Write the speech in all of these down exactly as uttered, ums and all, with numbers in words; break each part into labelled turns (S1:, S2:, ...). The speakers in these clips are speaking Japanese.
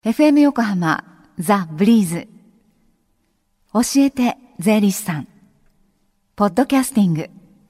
S1: エフエム 横浜ザ・ブリーズ教えて税理士さんポッドキャスティング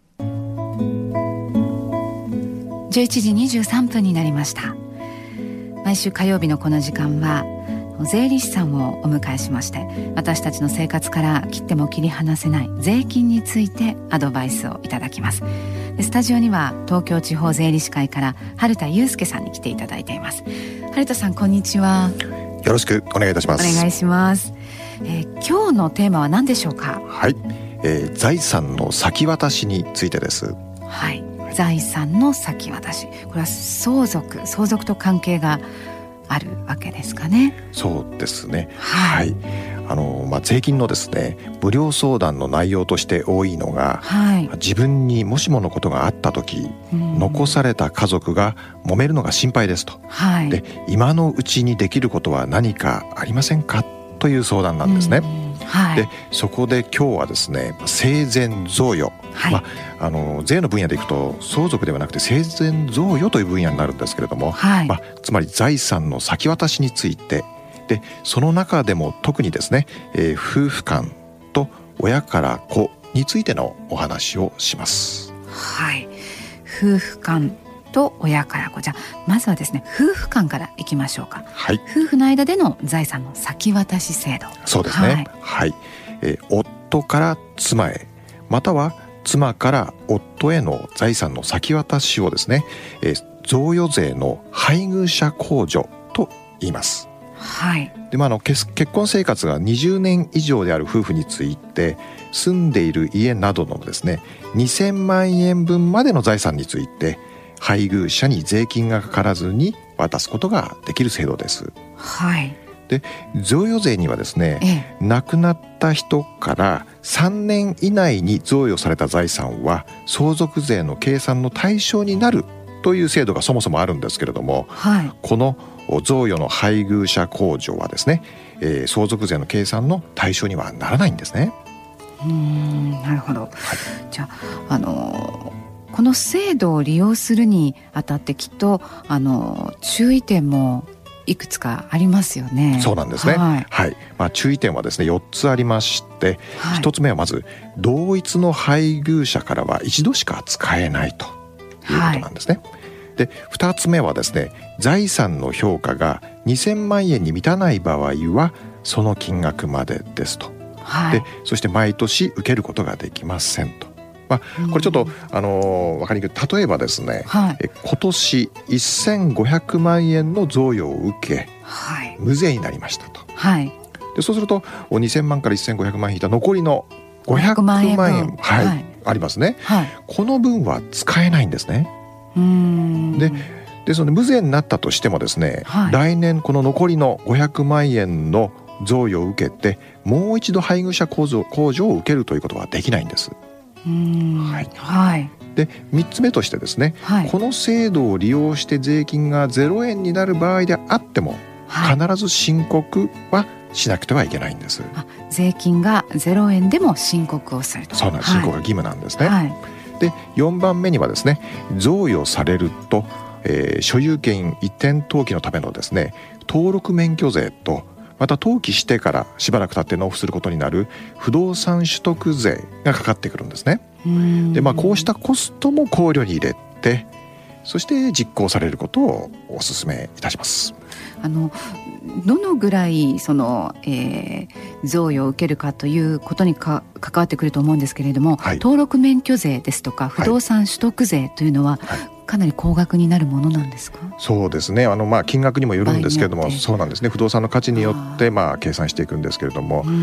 S1: じゅういちじにじゅうさんぷんになりました。毎週火曜日のこの時間は税理士さんをお迎えしまして、私たちの生活から切っても切り離せない税金についてアドバイスをいただきます。でスタジオには東京地方税理士会から春田祐介さんに来ていただいています。春田さん、こんにちは。
S2: よろしくお願いいたします。
S1: お願いします。えー、今日のテーマは何でしょうか？
S2: はい、えー、財産の先渡しについてです。
S1: はい、財産の先渡し、これは相続相続と関係があるわけですかね？
S2: そうですね。
S1: はい、
S2: はい、あのまあ、税金のですね無料相談の内容として多いのが、はい、自分にもしものことがあった時、うん、残された家族が揉めるのが心配ですと、はい、で今のうちにできることは何かありませんかという相談なんですね。うん、はい、でそこで今日はですね生前贈与、はい、まあ、あの税の分野でいくと相続ではなくて生前贈与という分野になるんですけれども、はい、まあ、つまり財産の先渡しについてでその中でも特にですね、えー、夫婦間と親から子についてのお話をします。
S1: はい、夫婦間と親から子、じゃあまずはですね夫婦間からいきましょうか。はい、夫婦の間での財産の先渡し制度。
S2: そうですね。はい、はい、えー、夫から妻へ、または妻から夫への財産の先渡しをですね、えー、贈与税の配偶者控除と言います。はい、でまあ、あの結婚生活がにじゅうねん以上である夫婦について住んでいる家などのですねにせんまんえんぶんまでの財産について配偶者に税金がかからずに渡すことができる制度です。はい、で贈与税にはですね、ええ、亡くなった人からさんねん以内に贈与された財産は相続税の計算の対象になるという制度がそもそもあるんですけれども、はい、この贈与の配偶者控除はですね、えー、相続税の計算の対象にはならないんですね。
S1: うーん、なるほど。はい、じゃあ、あのー、この制度を利用するにあたってきっと、あのー、注意点もいくつかありますよね。
S2: そうなんですね。はい、はい、まあ、注意点はですねよっつありまして、はい、ひとつめはまず同一の配偶者からは一度しか使えないということなんですね。はい、でふたつめはですね財産の評価がにせんまんえんに満たない場合はその金額までですと、はい、でそして毎年受けることができませんと、まあ、これちょっと、あのー、分かりにくい。例えばですね、はい、え今年せんごひゃくまんえんの贈与を受け、はい、無税になりましたと、はい、でそうするとにせんまんからせんごひゃくまん引いた残りのごひゃくまんえん、はいはい、ありますね、はい、この分は使えないんですね。うーんででその無税になったとしてもですね、はい、来年この残りのごひゃくまんえんの贈与を受けてもう一度配偶者控除、控除を受けるということはできないんです。うーん、はいはい、でみっつめとしてですね、はい、この制度を利用して税金がゼロえんになる場合であっても、はい、必ず申告はしなくてはいけないんです。
S1: あ、税金がゼロえんでも申告をすると。
S2: そうなんです、申告が義務なんですね。はい、でよんばんめにはですね贈与されると、えー、所有権移転登記のためのですね登録免許税と、また登記してからしばらく経って納付することになる不動産取得税がかかってくるんですね。で、まあ、こうしたコストも考慮に入れてそして実行されることをお勧めいたします。
S1: あのどのぐらいその、えー、贈与を受けるかということにか関わってくると思うんですけれども、はい、登録免許税ですとか不動産取得税というのは、はいはい、かなり高額になるものなんですか？
S2: そうですね、あの、まあ、金額にもよるんですけれども、そうなんですね、不動産の価値によってまあ計算していくんですけれども、うん、うん、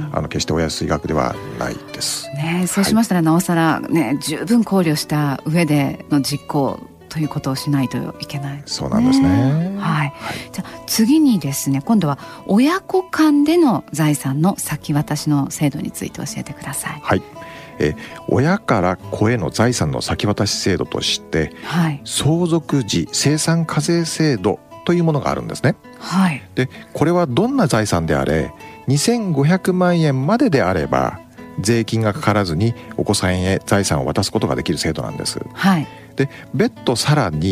S2: あの決してお安い額ではないです、
S1: ね、そうしましたら、はい、なおさら、ね、十分考慮した上での実行ということをしないといけない。
S2: そうなんですね。
S1: はいはい、じゃあ次にですね、今度は親子間での財産の先渡しの制度について教えてください。
S2: はい、え親から子への財産の先渡し制度として、はい、相続時清算課税制度というものがあるんですね。はい、でこれはどんな財産であれにせんごひゃくまんえんまでであれば税金がかからずにお子さんへ財産を渡すことができる制度なんです。はい、で別途さらに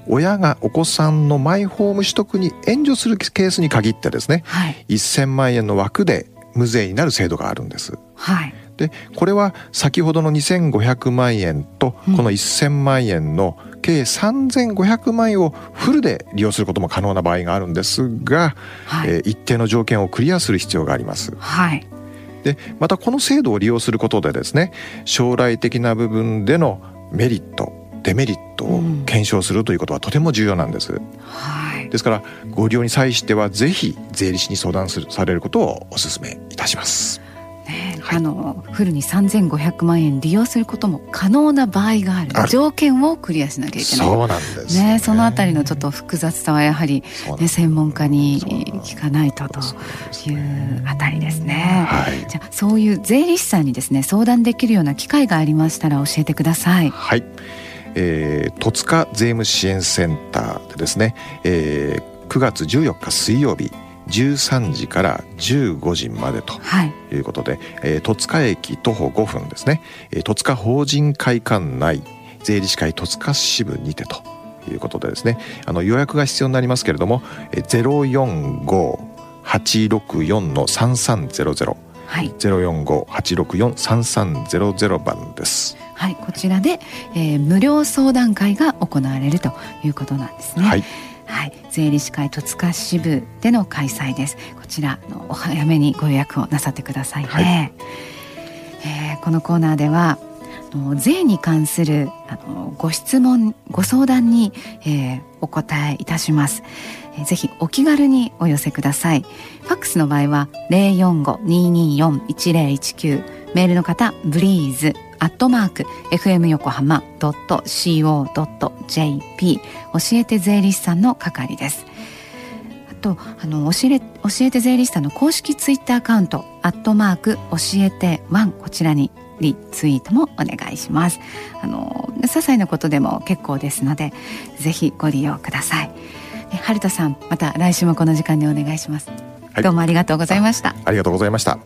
S2: 親がお子さんのマイホーム取得に援助するケースに限ってですね、はい、せんまんえんの枠で無税になる制度があるんです。はい、でこれは先ほどのにせんごひゃくまんえんとこのせんまんえんの計さんぜんごひゃくまんえんをフルで利用することも可能な場合があるんですが、はい、えー、一定の条件をクリアする必要があります。はい、でまたこの制度を利用することでですね、将来的な部分でのメリットデメリットを検証するということはとても重要なんです。うん、はい、ですからご利用に際してはぜひ税理士に相談するされることをお勧めいたします。
S1: ね、はい、あのフルにさんぜんごひゃくまんえん利用することも可能な場合がある。ある条件をクリアしなきゃいけない。
S2: そうなんですね。
S1: ね、そのあたりのちょっと複雑さはやはり、ね、専門家に聞かないとというあたりですね。はい、じゃあそういう税理士さんにですね相談できるような機会がありましたら教えてください。
S2: はい、えー、戸塚税務支援センターでですね、えー、くがつじゅうよっか水曜日じゅうさんじからじゅうごじまでということで、はい、えー、戸塚駅徒歩ごふんですね、えー、戸塚法人会館内税理士会戸塚支部にてということでですね、あの予約が必要になりますけれども、えー、ゼロよんご はちろくよん さんさんゼロゼロ、はい、ゼロよんご はちろくよん さんさんゼロゼロ番です。
S1: はい、こちらで、えー、無料相談会が行われるということなんですね。はい、はい、税理士会戸塚支部での開催です。こちらのお早めにご予約をなさってくださいね。はい、えー、このコーナーでは税に関するあのご質問ご相談に、えー、お答えいたします。えー、ぜひお気軽にお寄せください。ファックスの場合は ゼロよんご にーにーよん いちゼロいちきゅう、メールの方ブリーズアットマーク エフエム 横浜 ドット シーオー ドット ジェーピー 教えて税理士さんの係です。あとあの教え、教えて税理士さんの公式ツイッターアカウントアットマーク教えてワン、こちらにリツイートもお願いします。あの些細なことでも結構ですのでぜひご利用ください。春田さん、また来週もこの時間にお願いします。はい、どうもありがとうございました。
S2: あ, ありがとうございました。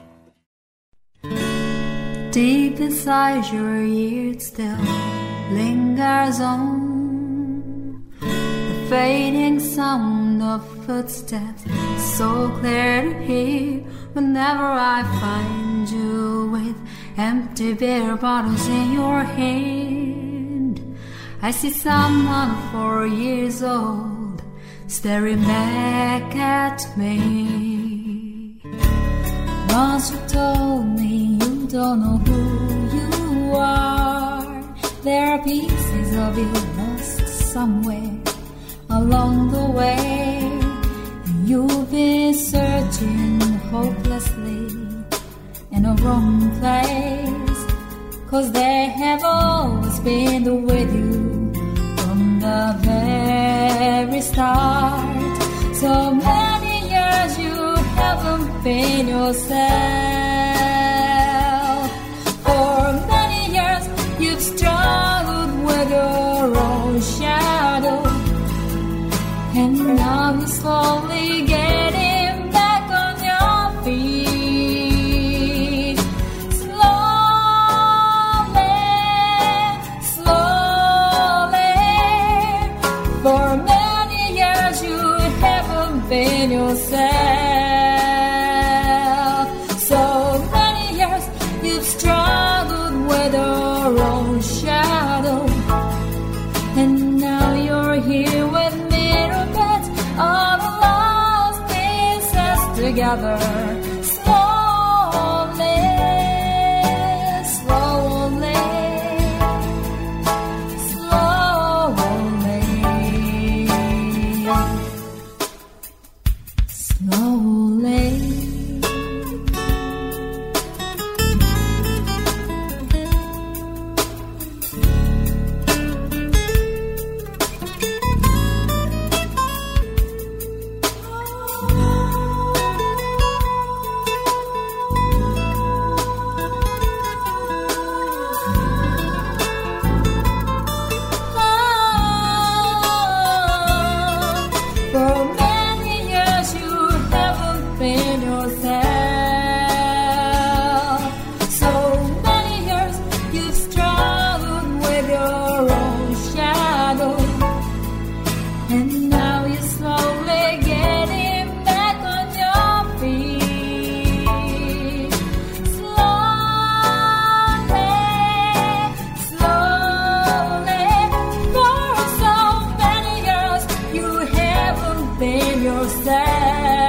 S3: Deep inside your ears still lingers on the fading sound of footsteps, so clear to hear whenever I find you with empty beer bottles in your hand. I see someone four years old staring back at me. Once you told me you don't know who you are. There are pieces of you lost somewhere along the way. You've been searching hopelessly in a wrong place, 'cause they have always been with you from the very start. So many years you haven't been yourself. For many years you've struggled with your own shadow, and now you're slowly getting back on your feet. Slowly, slowly. For many years you haven't been yourself. So many years you've struggled with your own shadow, and now you're here with me to put all the lost pieces together. Slowly, slowly, slowly, slowly. For many years you haven't understand.